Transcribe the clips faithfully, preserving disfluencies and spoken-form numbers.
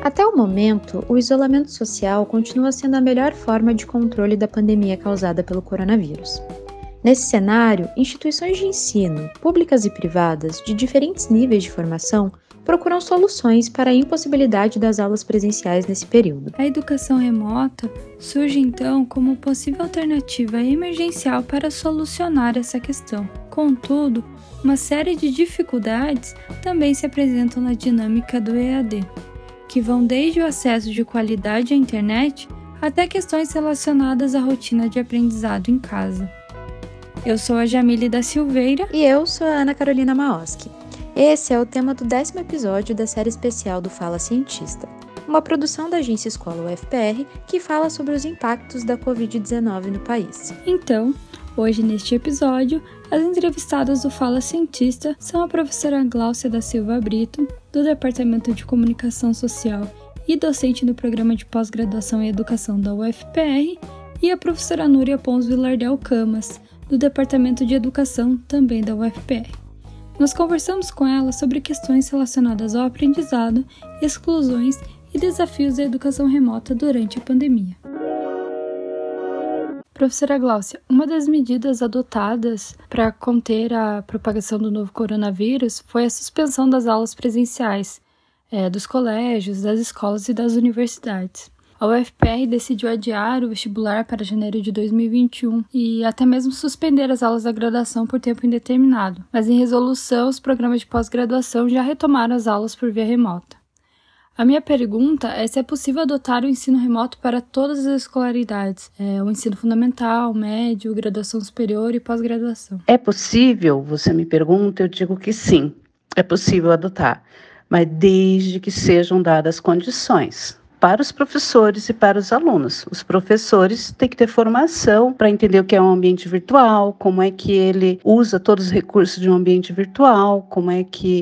Até o momento, o isolamento social continua sendo a melhor forma de controle da pandemia causada pelo coronavírus. Nesse cenário, instituições de ensino, públicas e privadas, de diferentes níveis de formação, procuram soluções para a impossibilidade das aulas presenciais nesse período. A educação remota surge então como possível alternativa emergencial para solucionar essa questão. Contudo, uma série de dificuldades também se apresentam na dinâmica do E A D, que vão desde o acesso de qualidade à internet até questões relacionadas à rotina de aprendizado em casa. Eu sou a Jamile da Silveira. E eu sou a Ana Carolina Maoski. Esse é o tema do décimo episódio da série especial do Fala Cientista, uma produção da Agência Escola U F P R que fala sobre os impactos da covid dezenove no país. Então, hoje neste episódio, as entrevistadas do Fala Cientista são a professora Gláucia da Silva Brito, do Departamento de Comunicação Social e docente no Programa de Pós-Graduação em Educação da U F P R, e a professora Núria Pons Vilardel Camas, do Departamento de Educação também da U F P R. Nós conversamos com ela sobre questões relacionadas ao aprendizado, exclusões e desafios da educação remota durante a pandemia. Professora Gláucia, uma das medidas adotadas para conter a propagação do novo coronavírus foi a suspensão das aulas presenciais, é, dos colégios, das escolas e das universidades. A U F P R decidiu adiar o vestibular para janeiro de dois mil e vinte e um e até mesmo suspender as aulas da graduação por tempo indeterminado, mas em resolução os programas de pós-graduação já retomaram as aulas por via remota. A minha pergunta é se é possível adotar o ensino remoto para todas as escolaridades, é, o ensino fundamental, médio, graduação superior e pós-graduação. É possível? Você me pergunta, eu digo que sim, é possível adotar, mas desde que sejam dadas condições para os professores e para os alunos. Os professores têm que ter formação para entender o que é um ambiente virtual, como é que ele usa todos os recursos de um ambiente virtual, como é que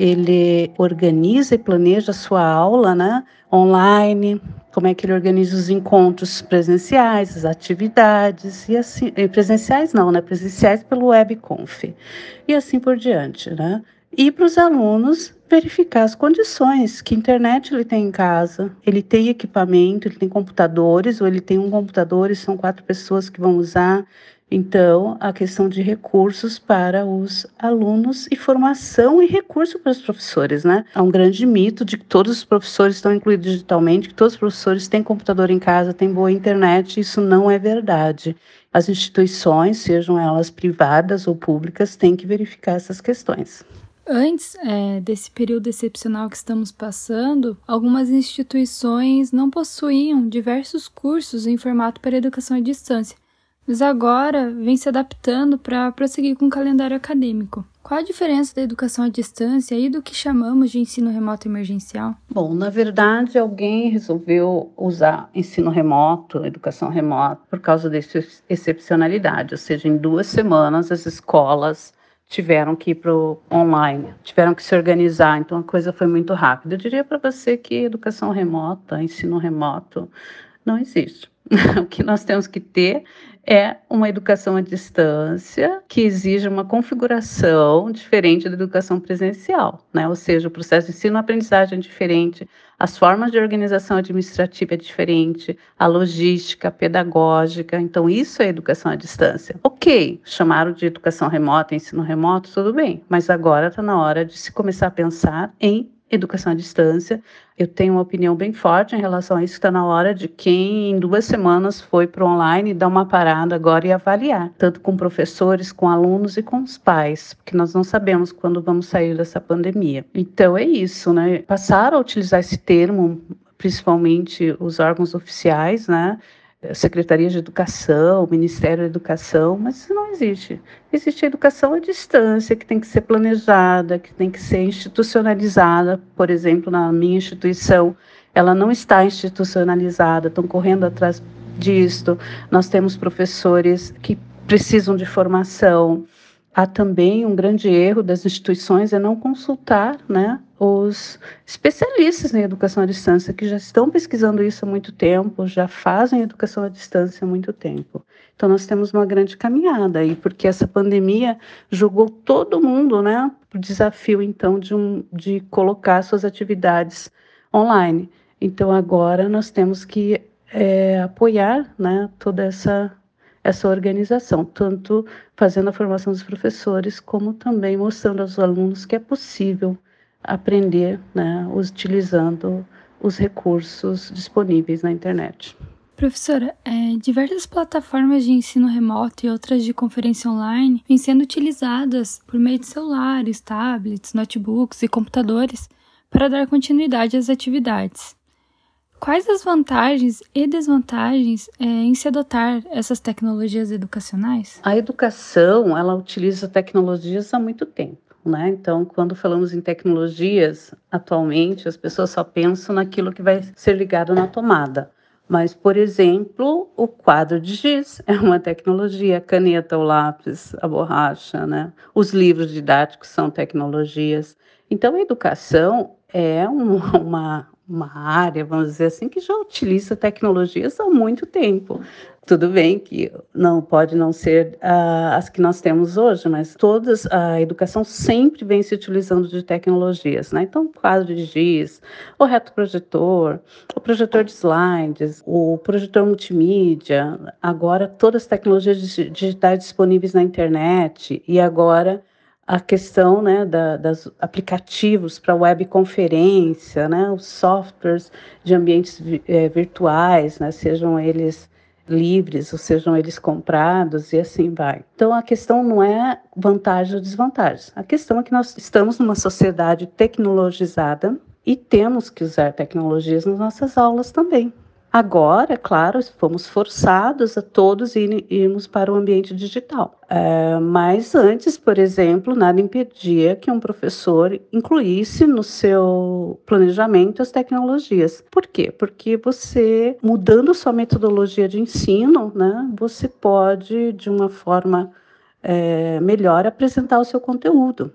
ele organiza e planeja a sua aula, né, online, como é que ele organiza os encontros presenciais, as atividades, e assim, presenciais não, né, presenciais pelo WebConf, e assim por diante, né. E para os alunos verificar as condições, que internet ele tem em casa, ele tem equipamento, ele tem computadores, ou ele tem um computador e são quatro pessoas que vão usar. Então, a questão de recursos para os alunos e formação e recurso para os professores, né? Há um grande mito de que todos os professores estão incluídos digitalmente, que todos os professores têm computador em casa, têm boa internet. Isso não é verdade. As instituições, sejam elas privadas ou públicas, têm que verificar essas questões. Antes é, desse período excepcional que estamos passando, algumas instituições não possuíam diversos cursos em formato para educação à distância, mas agora vem se adaptando para prosseguir com o calendário acadêmico. Qual a diferença da educação à distância e do que chamamos de ensino remoto emergencial? Bom, na verdade, alguém resolveu usar ensino remoto, educação remota, por causa dessa excepcionalidade, ou seja, em duas semanas as escolas tiveram que ir para o online, tiveram que se organizar, então a coisa foi muito rápida. Eu diria para você que educação remota, ensino remoto, não existe. O que nós temos que ter é uma educação à distância que exige uma configuração diferente da educação presencial, né? Ou seja, o processo de ensino-aprendizagem é diferente, as formas de organização administrativa é diferente, a logística, a pedagógica, então isso é educação à distância. Ok, chamaram de educação remota, ensino remoto, tudo bem, mas agora está na hora de se começar a pensar em educação à distância. Eu tenho uma opinião bem forte em relação a isso, está na hora de quem em duas semanas foi para o online dar uma parada agora e avaliar, tanto com professores, com alunos e com os pais, porque nós não sabemos quando vamos sair dessa pandemia. Então é isso, né? Passaram a utilizar esse termo, principalmente os órgãos oficiais, né? Secretaria de Educação, Ministério da Educação, mas isso não existe. Existe a educação à distância, que tem que ser planejada, que tem que ser institucionalizada. Por exemplo, na minha instituição, ela não está institucionalizada, estão correndo atrás disto. Nós temos professores que precisam de formação. Há também um grande erro das instituições é não consultar, né, os especialistas em educação à distância, que já estão pesquisando isso há muito tempo, já fazem educação à distância há muito tempo. Então, nós temos uma grande caminhada aí, porque essa pandemia jogou todo mundo, né, para o desafio, então, de, um, de colocar suas atividades online. Então, agora nós temos que é, apoiar, né, toda essa, essa organização, tanto fazendo a formação dos professores, como também mostrando aos alunos que é possível aprender, né, utilizando os recursos disponíveis na internet. Professora, é, diversas plataformas de ensino remoto e outras de conferência online vêm sendo utilizadas por meio de celulares, tablets, notebooks e computadores para dar continuidade às atividades. Quais as vantagens e desvantagens é, em se adotar essas tecnologias educacionais? A educação, ela utiliza tecnologias há muito tempo, né? Então, quando falamos em tecnologias, atualmente as pessoas só pensam naquilo que vai ser ligado na tomada. Mas, por exemplo, o quadro de giz é uma tecnologia, a caneta, o lápis, a borracha, né? Os livros didáticos são tecnologias. Então, a educação é uma, uma, uma área, vamos dizer assim, que já utiliza tecnologias há muito tempo. Tudo bem que não pode não ser uh, as que nós temos hoje, mas todas, a educação sempre vem se utilizando de tecnologias, né? Então, quadro de giz, o retroprojetor, o projetor de slides, o projetor multimídia, agora todas as tecnologias digitais disponíveis na internet e agora a questão, né, da, das aplicativos para webconferência, né, os softwares de ambientes é, virtuais, né, sejam eles livres, ou sejam eles comprados, e assim vai. Então, a questão não é vantagem ou desvantagem. A questão é que nós estamos numa sociedade tecnologizada e temos que usar tecnologias nas nossas aulas também. Agora, claro, fomos forçados a todos ir, irmos para o ambiente digital. É, mas antes, por exemplo, nada impedia que um professor incluísse no seu planejamento as tecnologias. Por quê? Porque você, mudando sua metodologia de ensino, né, você pode, de uma forma é, melhor, apresentar o seu conteúdo.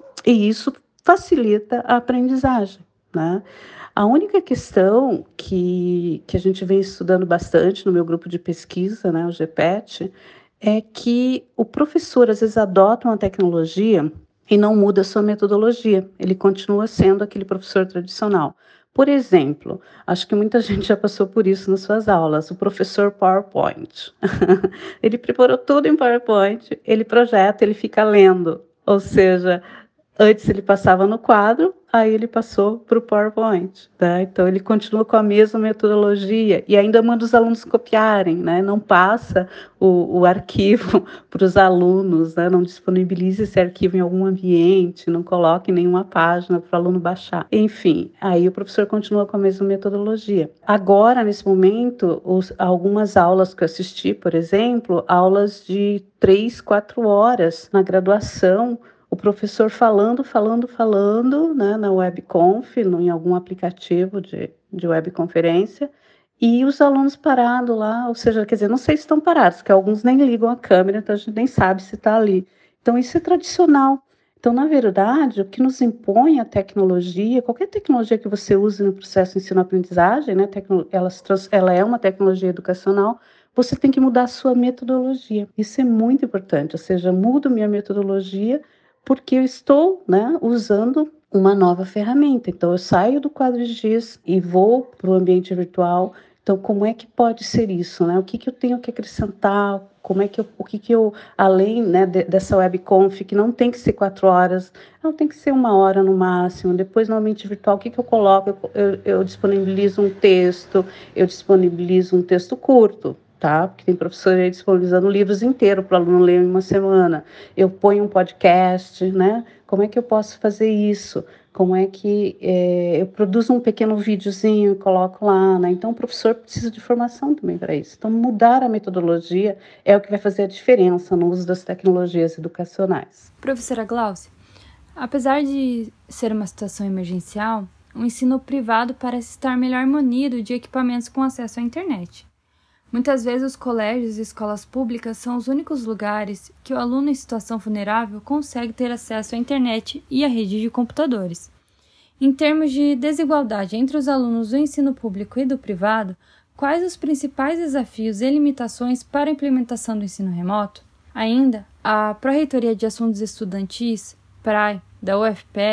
E isso facilita a aprendizagem, né? A única questão que, que a gente vem estudando bastante no meu grupo de pesquisa, né, o G P E T, é que o professor às vezes adota uma tecnologia e não muda a sua metodologia. Ele continua sendo aquele professor tradicional. Por exemplo, acho que muita gente já passou por isso nas suas aulas, o professor PowerPoint. Ele preparou tudo em PowerPoint, ele projeta, ele fica lendo, ou seja, antes ele passava no quadro, aí ele passou para o PowerPoint, tá? Então ele continua com a mesma metodologia e ainda manda os alunos copiarem, né? Não passa o, o arquivo para os alunos, né? Não disponibiliza esse arquivo em algum ambiente, não coloca em nenhuma página para o aluno baixar. Enfim, aí o professor continua com a mesma metodologia. Agora, nesse momento, os, algumas aulas que eu assisti, por exemplo, aulas de três, quatro horas na graduação, o professor falando, falando, falando, né, na webconf, em algum aplicativo de, de webconferência, e os alunos parados lá, ou seja, quer dizer, não sei se estão parados, porque alguns nem ligam a câmera, então a gente nem sabe se está ali. Então, isso é tradicional. Então, na verdade, o que nos impõe a tecnologia, qualquer tecnologia que você use no processo de ensino-aprendizagem, né, ela, ela é uma tecnologia educacional, você tem que mudar a sua metodologia. Isso é muito importante, ou seja, mudo minha metodologia porque eu estou, né, usando uma nova ferramenta. Então, eu saio do quadro de giz e vou para o ambiente virtual. Então, como é que pode ser isso, né? O que, que eu tenho que acrescentar? Como é que eu, o que, que eu, além, né, de, dessa webconf, que não tem que ser quatro horas, não tem que ser uma hora no máximo. Depois, no ambiente virtual, o que, que eu coloco? Eu, eu, eu disponibilizo um texto, eu disponibilizo um texto curto. Tá? Porque tem professor aí disponibilizando livros inteiros para o aluno ler em uma semana. Eu ponho um podcast, né? Como é que eu posso fazer isso? Como é que é, eu produzo um pequeno videozinho e coloco lá, né? Então, o professor precisa de formação também para isso. Então, mudar a metodologia é o que vai fazer a diferença no uso das tecnologias educacionais. Professora Glaucia, apesar de ser uma situação emergencial, o ensino privado parece estar melhor munido de equipamentos com acesso à internet. Muitas vezes os colégios e escolas públicas são os únicos lugares que o aluno em situação vulnerável consegue ter acesso à internet e à rede de computadores. Em termos de desigualdade entre os alunos do ensino público e do privado, quais os principais desafios e limitações para a implementação do ensino remoto? Ainda, a Pró-Reitoria de Assuntos Estudantis, P R A E, da U F P R,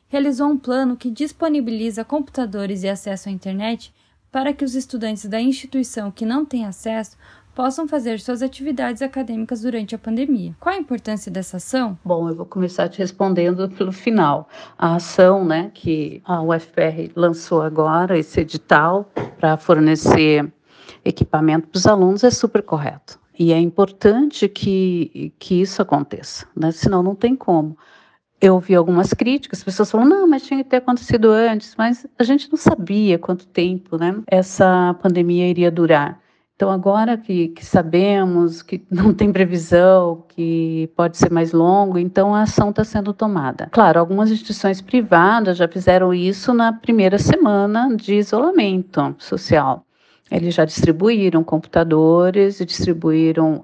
realizou um plano que disponibiliza computadores e acesso à internet para que os estudantes da instituição que não têm acesso possam fazer suas atividades acadêmicas durante a pandemia. Qual a importância dessa ação? Bom, eu vou começar te respondendo pelo final. A ação, né, que a U F P R lançou agora, esse edital para fornecer equipamento para os alunos, é super correto. E é importante que, que isso aconteça, né? Senão não tem como. Eu ouvi algumas críticas, as pessoas falam, não, mas tinha que ter acontecido antes, mas a gente não sabia quanto tempo, né, essa pandemia iria durar. Então, agora que, que sabemos que não tem previsão, que pode ser mais longo, então a ação está sendo tomada. Claro, algumas instituições privadas já fizeram isso na primeira semana de isolamento social. Eles já distribuíram computadores e distribuíram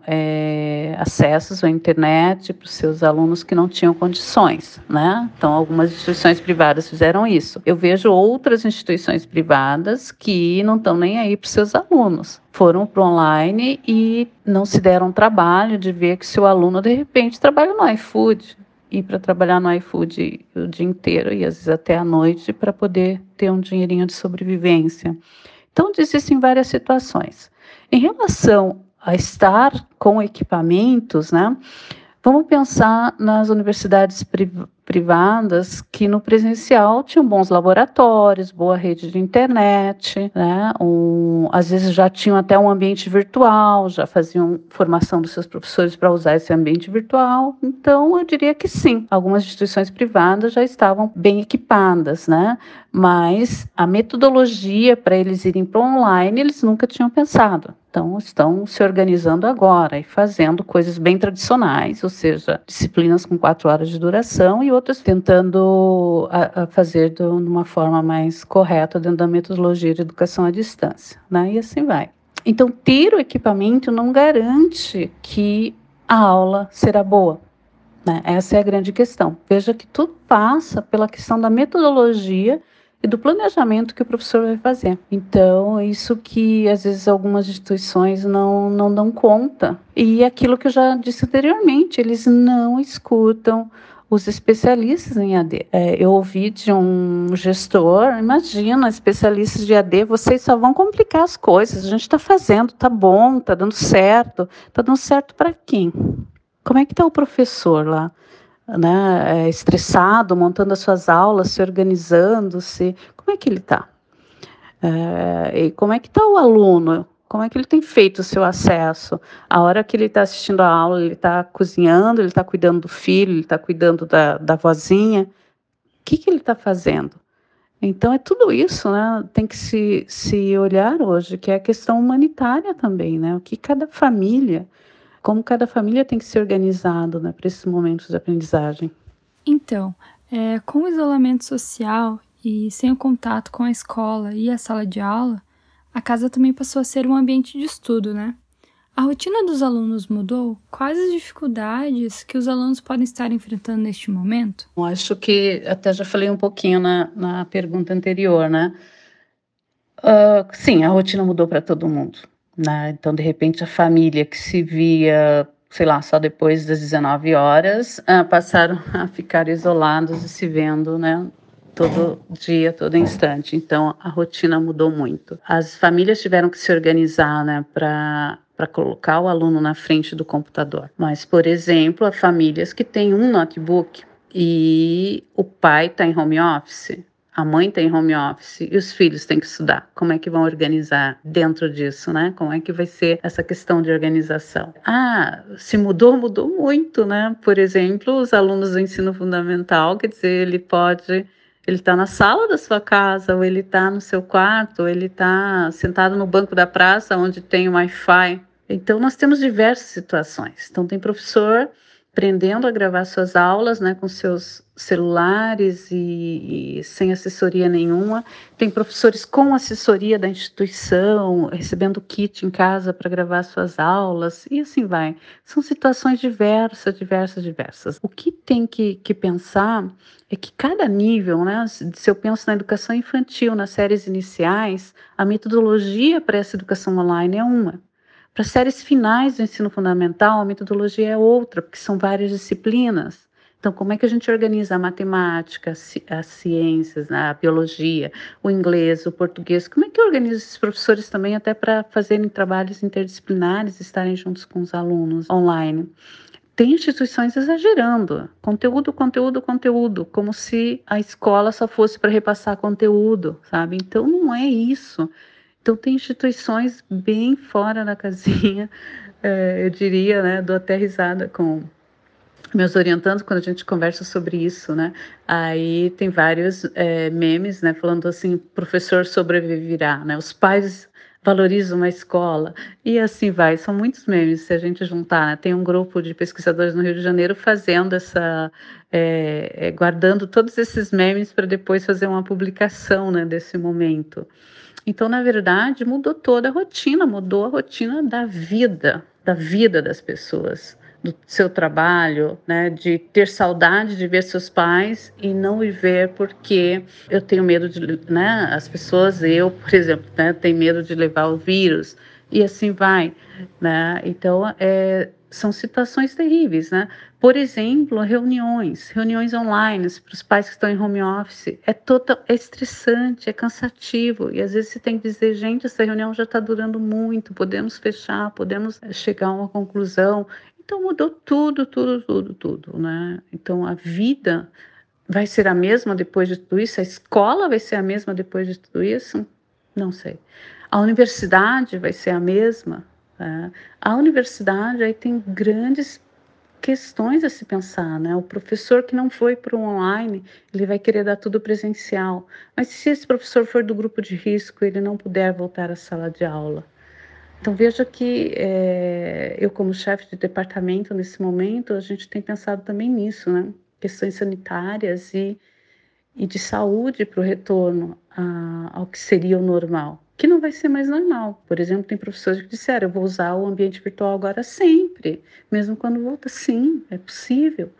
é, acessos à internet para os seus alunos que não tinham condições, né? Então, algumas instituições privadas fizeram isso. Eu vejo outras instituições privadas que não estão nem aí para os seus alunos. Foram para o online e não se deram trabalho de ver que seu aluno, de repente, trabalha no iFood. Ir para trabalhar no iFood o dia inteiro e às vezes até à noite para poder ter um dinheirinho de sobrevivência. Então, existem várias situações. Em relação a estar com equipamentos, né, vamos pensar nas universidades priv- privadas que no presencial tinham bons laboratórios, boa rede de internet, né, um, às vezes já tinham até um ambiente virtual, já faziam formação dos seus professores para usar esse ambiente virtual. Então, eu diria que sim, algumas instituições privadas já estavam bem equipadas, né? Mas a metodologia para eles irem para o online, eles nunca tinham pensado. Então, estão se organizando agora e fazendo coisas bem tradicionais, ou seja, disciplinas com quatro horas de duração e outras tentando a, a fazer de uma forma mais correta dentro da metodologia de educação à distância, né? E assim vai. Então, ter o equipamento não garante que a aula será boa, né? Essa é a grande questão. Veja que tudo passa pela questão da metodologia e do planejamento que o professor vai fazer. Então, é isso que às vezes algumas instituições não, não dão conta. E é aquilo que eu já disse anteriormente, eles não escutam os especialistas em A D. É, eu ouvi de um gestor, imagina, especialistas de A D, vocês só vão complicar as coisas, a gente está fazendo, está bom, está dando certo. Está dando certo para quem? Como é que está o professor lá? Né, é, estressado, montando as suas aulas, se organizando, se como é que ele está? É, e como é que está o aluno? Como é que ele tem feito o seu acesso? A hora que ele está assistindo a aula, ele está cozinhando, ele está cuidando do filho, ele está cuidando da, da vozinha. O que, que ele está fazendo? Então, é tudo isso, né? Tem que se, se olhar hoje, que é a questão humanitária também, né? O que cada família... Como cada família tem que ser organizado, né, para esses momentos de aprendizagem. Então, é, com o isolamento social e sem o contato com a escola e a sala de aula, a casa também passou a ser um ambiente de estudo, né? A rotina dos alunos mudou? Quais as dificuldades que os alunos podem estar enfrentando neste momento? Eu acho que até já falei um pouquinho na, na pergunta anterior, né? Uh, sim, a rotina mudou para todo mundo. Né? Então, de repente, a família que se via, sei lá, só depois das dezenove horas, uh, passaram a ficar isolados e se vendo, né, todo dia, todo instante. Então, a rotina mudou muito. As famílias tiveram que se organizar, né, para para colocar o aluno na frente do computador. Mas, por exemplo, há famílias que têm um notebook e o pai está em home office, a mãe tem home office e os filhos têm que estudar. Como é que vão organizar dentro disso, né? Como é que vai ser essa questão de organização? Ah, se mudou, mudou muito, né? Por exemplo, os alunos do ensino fundamental, quer dizer, ele pode... Ele está na sala da sua casa, ou ele está no seu quarto, ou ele está sentado no banco da praça onde tem o Wi-Fi. Então, nós temos diversas situações. Então, tem professor aprendendo a gravar suas aulas, né, com seus celulares e, e sem assessoria nenhuma. Tem professores com assessoria da instituição, recebendo kit em casa para gravar suas aulas, e assim vai. São situações diversas, diversas, diversas. O que tem que, que pensar é que cada nível, né, se eu penso na educação infantil, nas séries iniciais, a metodologia para essa educação online é uma. Para as séries finais do ensino fundamental, a metodologia é outra, porque são várias disciplinas. Então, como é que a gente organiza a matemática, as ciências, né, a biologia, o inglês, o português? Como é que organiza esses professores também até para fazerem trabalhos interdisciplinares, estarem juntos com os alunos online? Tem instituições exagerando, conteúdo, conteúdo, conteúdo, como se a escola só fosse para repassar conteúdo, sabe? Então, não é isso. Então, tem instituições bem fora da casinha, é, eu diria, né? Dou até risada com meus orientandos quando a gente conversa sobre isso, né? Aí tem vários é, memes, né? Falando assim, professor sobreviverá, né? Os pais valorizam a escola e assim vai. São muitos memes se a gente juntar, né? Tem um grupo de pesquisadores no Rio de Janeiro fazendo essa, é, é, guardando todos esses memes para depois fazer uma publicação, né? Desse momento. Então, na verdade, mudou toda a rotina, mudou a rotina da vida, da vida das pessoas, do seu trabalho, né, de ter saudade de ver seus pais e não ir ver porque eu tenho medo de, né, as pessoas, eu, por exemplo, né, tenho medo de levar o vírus e assim vai, né? Então, é, são situações terríveis, né? Por exemplo, reuniões, reuniões online para os pais que estão em home office, é total, é estressante, é cansativo, e às vezes você tem que dizer, gente, essa reunião já está durando muito, podemos fechar, podemos chegar a uma conclusão. Então mudou tudo, tudo, tudo, tudo, né? Então a vida vai ser a mesma depois de tudo isso? A escola vai ser a mesma depois de tudo isso? Não sei. A universidade vai ser a mesma? Né? A universidade aí tem grandes questões a se pensar, né? O professor que não foi para o online, ele vai querer dar tudo presencial. Mas se esse professor for do grupo de risco, ele não puder voltar à sala de aula. Então veja que é, eu como chefe de departamento nesse momento, a gente tem pensado também nisso, né? Questões sanitárias e, e de saúde para o retorno a, ao que seria o normal, que não vai ser mais normal. Por exemplo, tem professores que disseram, eu vou usar o ambiente virtual agora sempre, mesmo quando volta, sim, é possível.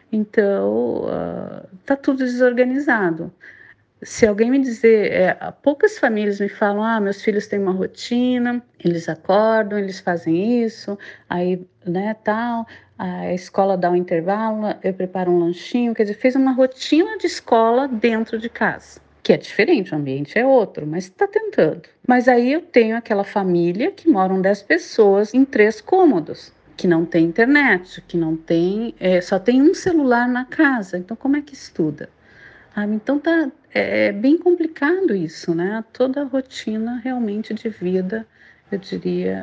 Então, está uh, tudo desorganizado. Se alguém me dizer, é, poucas famílias me falam, ah, meus filhos têm uma rotina, eles acordam, eles fazem isso, aí, né, tal, a escola dá um intervalo, eu preparo um lanchinho, quer dizer, fez uma rotina de escola dentro de casa, que é diferente, o ambiente é outro, mas está tentando. Mas aí eu tenho aquela família que moram dez pessoas em três cômodos, que não tem internet, que não tem, é, só tem um celular na casa, então como é que estuda? Ah, então tá, é bem complicado isso, né? Toda a rotina realmente de vida, eu diria,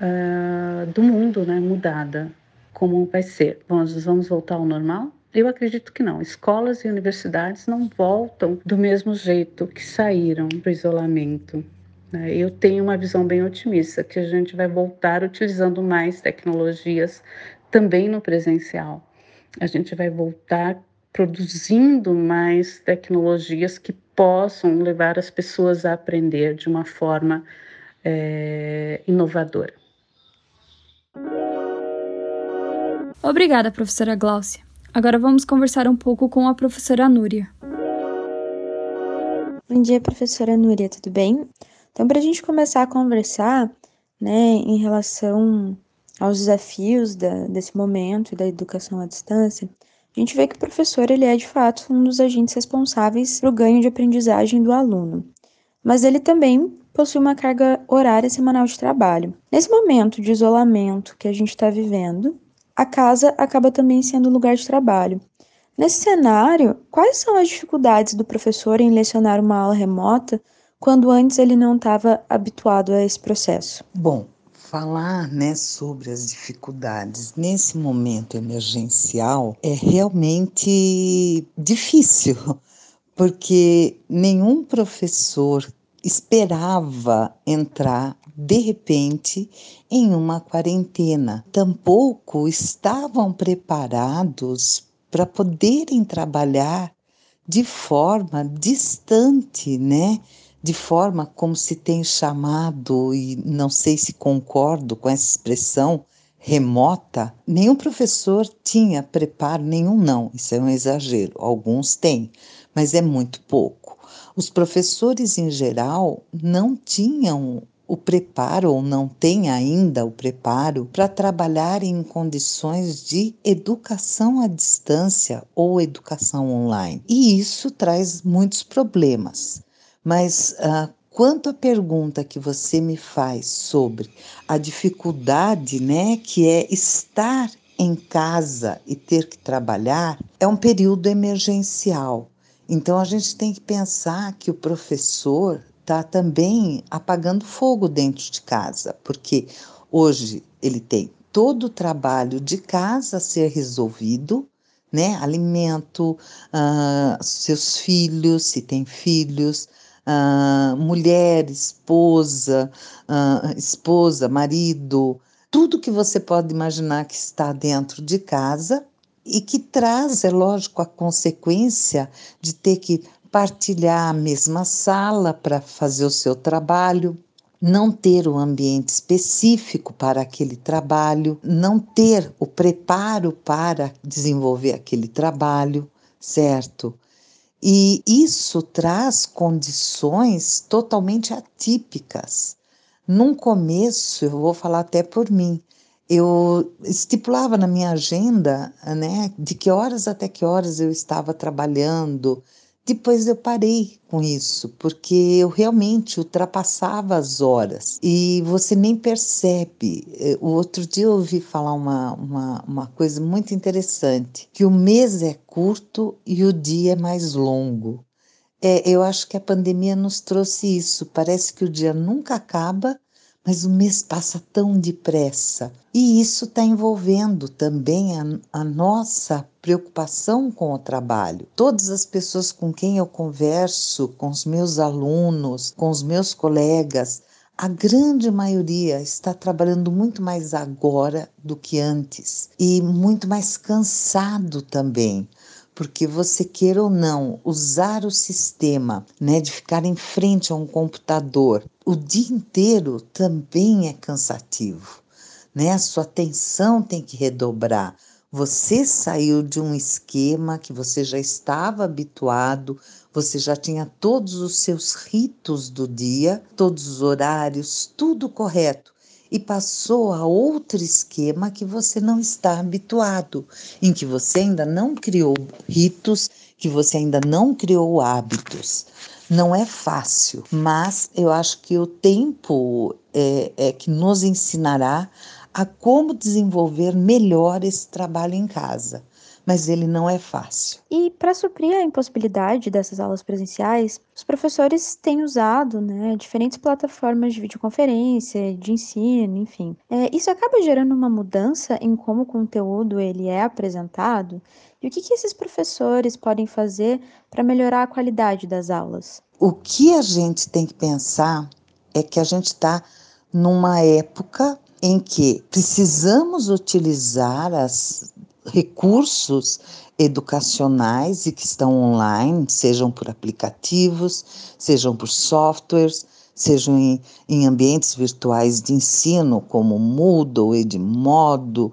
uh, do mundo, né? Mudada. Como vai ser? Vamos, vamos voltar ao normal? Eu acredito que não. Escolas e universidades não voltam do mesmo jeito que saíram do isolamento. Né? Eu tenho uma visão bem otimista, que a gente vai voltar utilizando mais tecnologias também no presencial. A gente vai voltar produzindo mais tecnologias que possam levar as pessoas a aprender de uma forma é, inovadora. Obrigada, professora Gláucia. Agora vamos conversar um pouco com a professora Núria. Bom dia, professora Núria, tudo bem? Então, para a gente começar a conversar, né, em relação aos desafios da, desse momento e da educação à distância, a gente vê que o professor ele é, de fato, um dos agentes responsáveis para o ganho de aprendizagem do aluno. Mas ele também possui uma carga horária semanal de trabalho. Nesse momento de isolamento que a gente está vivendo, a casa acaba também sendo um lugar de trabalho. Nesse cenário, quais são as dificuldades do professor em lecionar uma aula remota quando antes ele não estava habituado a esse processo? Bom, falar, né, sobre as dificuldades nesse momento emergencial é realmente difícil, porque nenhum professor esperava entrar de repente em uma quarentena. Tampouco estavam preparados para poderem trabalhar de forma distante, né? De forma como se tem chamado, e não sei se concordo com essa expressão, remota. Nenhum professor tinha preparo, nenhum não, isso é um exagero, alguns têm, mas é muito pouco. Os professores, em geral, não tinham o preparo ou não tem ainda o preparo para trabalhar em condições de educação à distância ou educação online. E isso traz muitos problemas. Mas ah, quanto à pergunta que você me faz sobre a dificuldade, né, que é estar em casa e ter que trabalhar, é um período emergencial. Então a gente tem que pensar que o professor está também apagando fogo dentro de casa, porque hoje ele tem todo o trabalho de casa a ser resolvido, né? Alimento, ah, seus filhos, se tem filhos, ah, mulher, esposa, ah, esposa, marido, tudo que você pode imaginar que está dentro de casa e que traz, é lógico, a consequência de ter que partilhar a mesma sala para fazer o seu trabalho, não ter um ambiente específico para aquele trabalho, não ter o preparo para desenvolver aquele trabalho, certo? E isso traz condições totalmente atípicas. Num começo, eu vou falar até por mim, eu estipulava na minha agenda, né, de que horas até que horas eu estava trabalhando. Depois eu parei com isso, porque eu realmente ultrapassava as horas e você nem percebe. O outro dia eu ouvi falar uma, uma, uma coisa muito interessante, que o mês é curto e o dia é mais longo. É, eu acho que a pandemia nos trouxe isso. Parece que o dia nunca acaba, mas o mês passa tão depressa. E isso está envolvendo também a, a nossa preocupação com o trabalho. Todas as pessoas com quem eu converso, com os meus alunos, com os meus colegas, a grande maioria está trabalhando muito mais agora do que antes e muito mais cansado também. Porque você queira ou não usar o sistema, né, de ficar em frente a um computador o dia inteiro também é cansativo, né? A sua atenção tem que redobrar. Você saiu de um esquema que você já estava habituado, você já tinha todos os seus ritos do dia, todos os horários, tudo correto. E passou a outro esquema que você não está habituado, em que você ainda não criou ritos, que você ainda não criou hábitos. Não é fácil, mas eu acho que o tempo é, é que nos ensinará a como desenvolver melhor esse trabalho em casa. Mas ele não é fácil. E para suprir a impossibilidade dessas aulas presenciais, os professores têm usado, né, diferentes plataformas de videoconferência, de ensino, enfim. É, isso acaba gerando uma mudança em como o conteúdo ele é apresentado? E o que, que esses professores podem fazer para melhorar a qualidade das aulas? O que a gente tem que pensar é que a gente está numa época em que precisamos utilizar os recursos educacionais e que estão online, sejam por aplicativos, sejam por softwares, sejam em, em ambientes virtuais de ensino, como Moodle, Edmodo,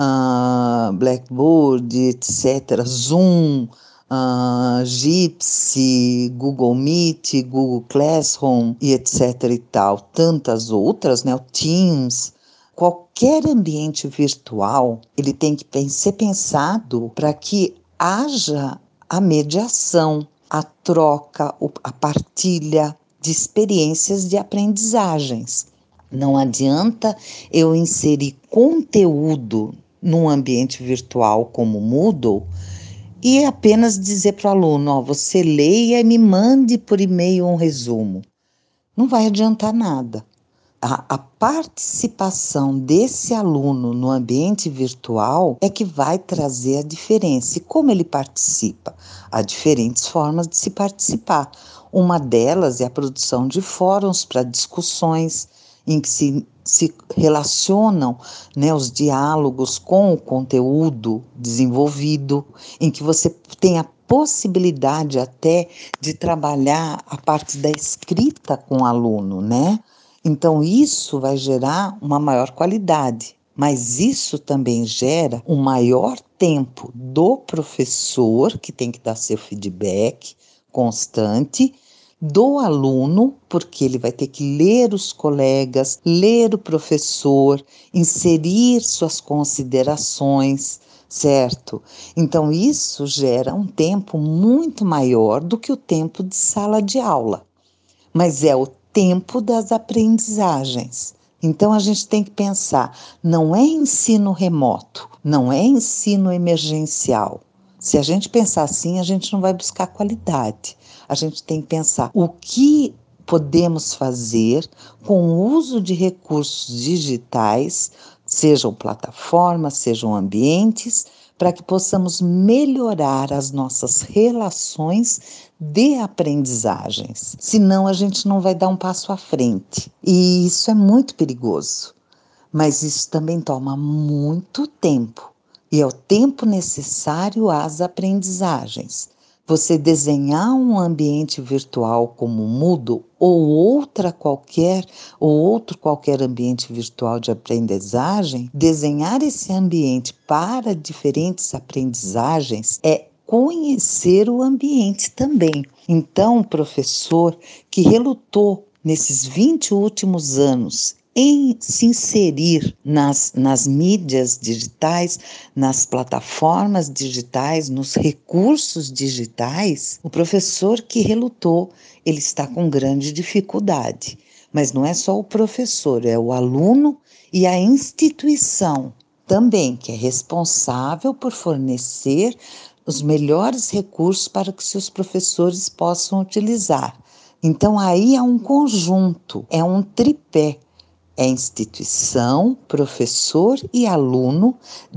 uh, Blackboard, etcétera, Zoom, Uh, Jitsi, Google Meet, Google Classroom e etc e tal, tantas outras, né, o Teams. Qualquer ambiente virtual, ele tem que ser pensado para que haja a mediação, a troca, a partilha de experiências de aprendizagens. Não adianta eu inserir conteúdo num ambiente virtual como o Moodle e apenas dizer para o aluno, ó, você leia e me mande por e-mail um resumo. Não vai adiantar nada. A, a participação desse aluno no ambiente virtual é que vai trazer a diferença. E como ele participa? Há diferentes formas de se participar. Uma delas é a produção de fóruns para discussões, em que se, se relacionam, né, os diálogos com o conteúdo desenvolvido, em que você tem a possibilidade até de trabalhar a parte da escrita com o aluno, né? Então, isso vai gerar uma maior qualidade, mas isso também gera um maior tempo do professor, que tem que dar seu feedback constante, do aluno, porque ele vai ter que ler os colegas, ler o professor, inserir suas considerações, certo? Então isso gera um tempo muito maior do que o tempo de sala de aula, mas é o tempo das aprendizagens. Então a gente tem que pensar, não é ensino remoto, não é ensino emergencial. Se a gente pensar assim, a gente não vai buscar qualidade. A gente tem que pensar o que podemos fazer com o uso de recursos digitais, sejam plataformas, sejam ambientes, para que possamos melhorar as nossas relações de aprendizagens. Senão a gente não vai dar um passo à frente. E isso é muito perigoso. Mas isso também toma muito tempo. E é o tempo necessário às aprendizagens. Você desenhar um ambiente virtual como o Moodle ou outra qualquer ou outro qualquer ambiente virtual de aprendizagem, desenhar esse ambiente para diferentes aprendizagens é conhecer o ambiente também. Então, o professor que relutou nesses vinte últimos anos em se inserir nas, nas mídias digitais, nas plataformas digitais, nos recursos digitais, o professor que relutou, ele está com grande dificuldade. Mas não é só o professor, é o aluno e a instituição também, que é responsável por fornecer os melhores recursos para que seus professores possam utilizar. Então aí é um conjunto, é um tripé. É instituição, professor e aluno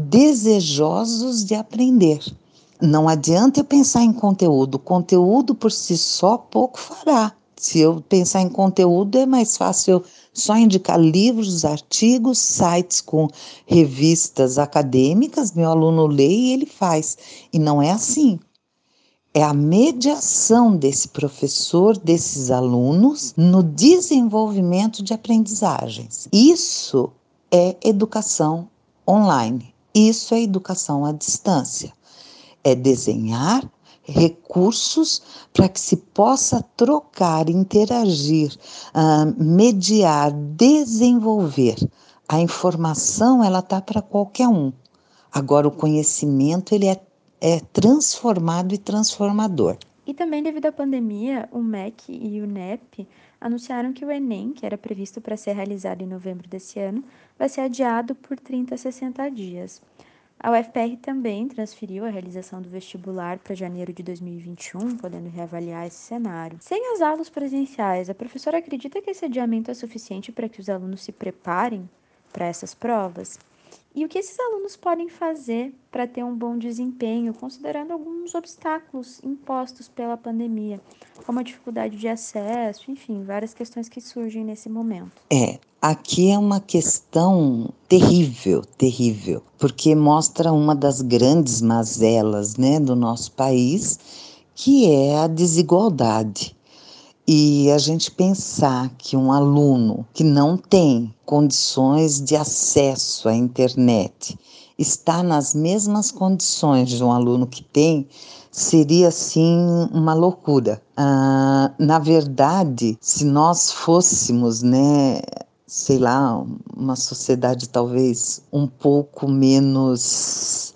desejosos de aprender. Não adianta eu pensar em conteúdo. Conteúdo por si só pouco fará. Se eu pensar em conteúdo, é mais fácil eu só indicar livros, artigos, sites com revistas acadêmicas, meu aluno lê e ele faz. E não é assim. É a mediação desse professor, desses alunos, no desenvolvimento de aprendizagens. Isso é educação online. Isso é educação à distância. É desenhar recursos para que se possa trocar, interagir, uh, mediar, desenvolver. A informação, ela está para qualquer um. Agora, o conhecimento, ele é é transformado e transformador. E também devido à pandemia, o M E C e o N E P anunciaram que o Enem, que era previsto para ser realizado em novembro desse ano, vai ser adiado por trinta a sessenta dias. A U F P R também transferiu a realização do vestibular para janeiro de dois mil e vinte e um, podendo reavaliar esse cenário. Sem as aulas presenciais, a professora acredita que esse adiamento é suficiente para que os alunos se preparem para essas provas? E o que esses alunos podem fazer para ter um bom desempenho, considerando alguns obstáculos impostos pela pandemia, como a dificuldade de acesso, enfim, várias questões que surgem nesse momento? É, aqui é uma questão terrível, terrível, porque mostra uma das grandes mazelas, né, do nosso país, que é a desigualdade. E a gente pensar que um aluno que não tem condições de acesso à internet está nas mesmas condições de um aluno que tem, seria assim uma loucura. Ah, na verdade, se nós fôssemos, né, sei lá, uma sociedade talvez um pouco menos...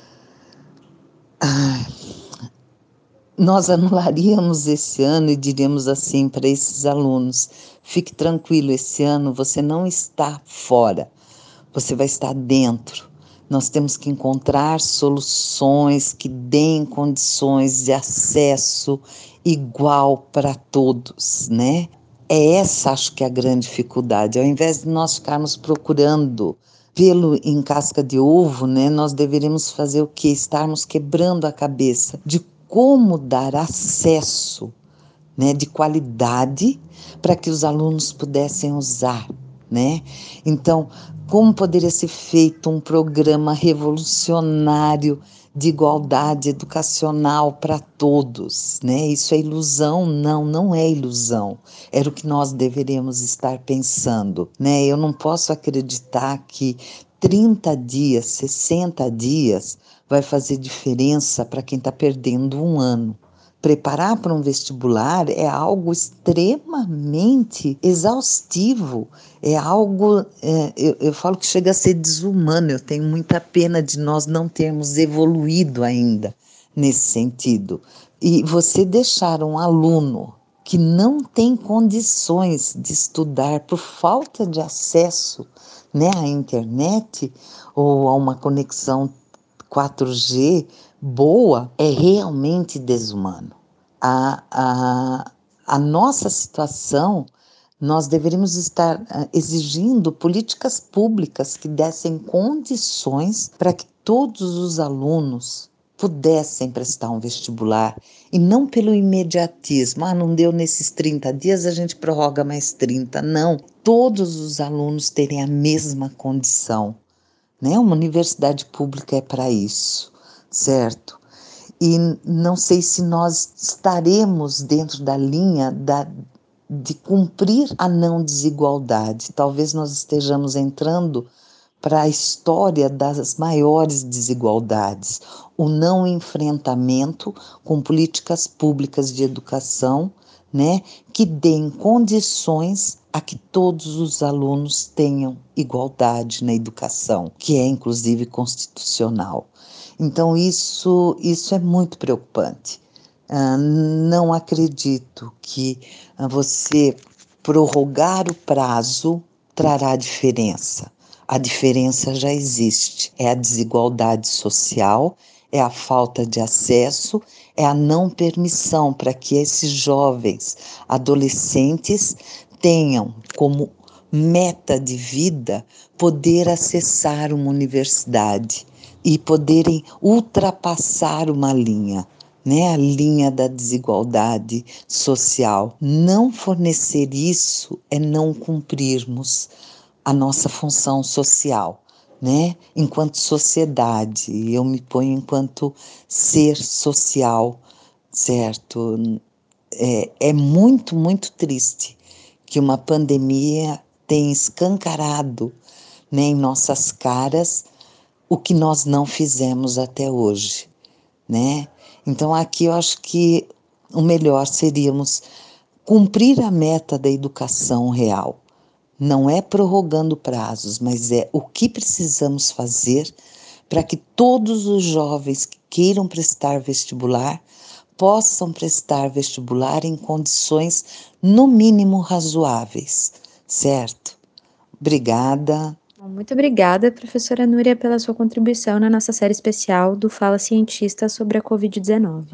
Ah, nós anularíamos esse ano e diríamos assim para esses alunos: fique tranquilo, esse ano você não está fora, você vai estar dentro. Nós temos que encontrar soluções que deem condições de acesso igual para todos, né? É essa, acho que é a grande dificuldade. Ao invés de nós ficarmos procurando pelo em casca de ovo, né, nós deveríamos fazer o quê? Estarmos quebrando a cabeça de como dar acesso, né, de qualidade para que os alunos pudessem usar, né? Então, como poderia ser feito um programa revolucionário de igualdade educacional para todos, né? Isso é ilusão? Não, não é ilusão. Era o que nós deveríamos estar pensando, né? Eu não posso acreditar que trinta dias, sessenta dias vai fazer diferença para quem está perdendo um ano. preparar para um vestibular é algo extremamente exaustivo, é algo, é, eu, eu falo que chega a ser desumano. Eu tenho muita pena de nós não termos evoluído ainda nesse sentido. E você deixar um aluno que não tem condições de estudar por falta de acesso, né, à internet ou a uma conexão quatro G boa, é realmente desumano. A, a, a nossa situação, nós deveríamos estar exigindo políticas públicas que dessem condições para que todos os alunos pudessem prestar um vestibular, e não pelo imediatismo. Ah, não deu nesses trinta dias, a gente prorroga mais trinta. Não, todos os alunos terem a mesma condição, né? Uma universidade pública é para isso, certo? E não sei se nós estaremos dentro da linha da, de cumprir a não desigualdade. Talvez nós estejamos entrando para a história das maiores desigualdades, o não enfrentamento com políticas públicas de educação, né, que deem condições a que todos os alunos tenham igualdade na educação, que é inclusive constitucional. Então isso, isso é muito preocupante. Uh, não acredito que uh, você prorrogar o prazo trará diferença. A diferença já existe, é a desigualdade social, é a falta de acesso, é a não permissão para que esses jovens, adolescentes, tenham como meta de vida poder acessar uma universidade e poderem ultrapassar uma linha, né, a linha da desigualdade social. Não fornecer isso é não cumprirmos a nossa função social, né? Enquanto sociedade, eu me ponho enquanto ser social, certo? É, é muito, muito triste que uma pandemia tenha escancarado, né, em nossas caras o que nós não fizemos até hoje, né? Então aqui eu acho que o melhor seríamos cumprir a meta da educação real. Não é prorrogando prazos, mas é o que precisamos fazer para que todos os jovens que queiram prestar vestibular possam prestar vestibular em condições, no mínimo, razoáveis, certo? Obrigada. Muito obrigada, professora Núria, pela sua contribuição na nossa série especial do Fala Cientista sobre a covid dezenove.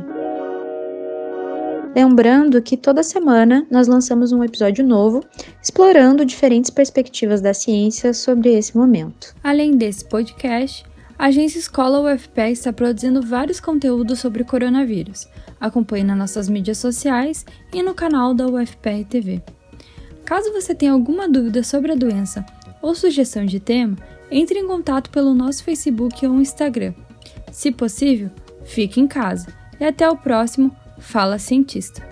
Lembrando que toda semana nós lançamos um episódio novo, explorando diferentes perspectivas da ciência sobre esse momento. Além desse podcast, a Agência Escola U F P E está produzindo vários conteúdos sobre o coronavírus. Acompanhe nas nossas mídias sociais e no canal da U F P E T V. Caso você tenha alguma dúvida sobre a doença ou sugestão de tema, entre em contato pelo nosso Facebook ou Instagram. Se possível, fique em casa. E até o próximo Fala Cientista.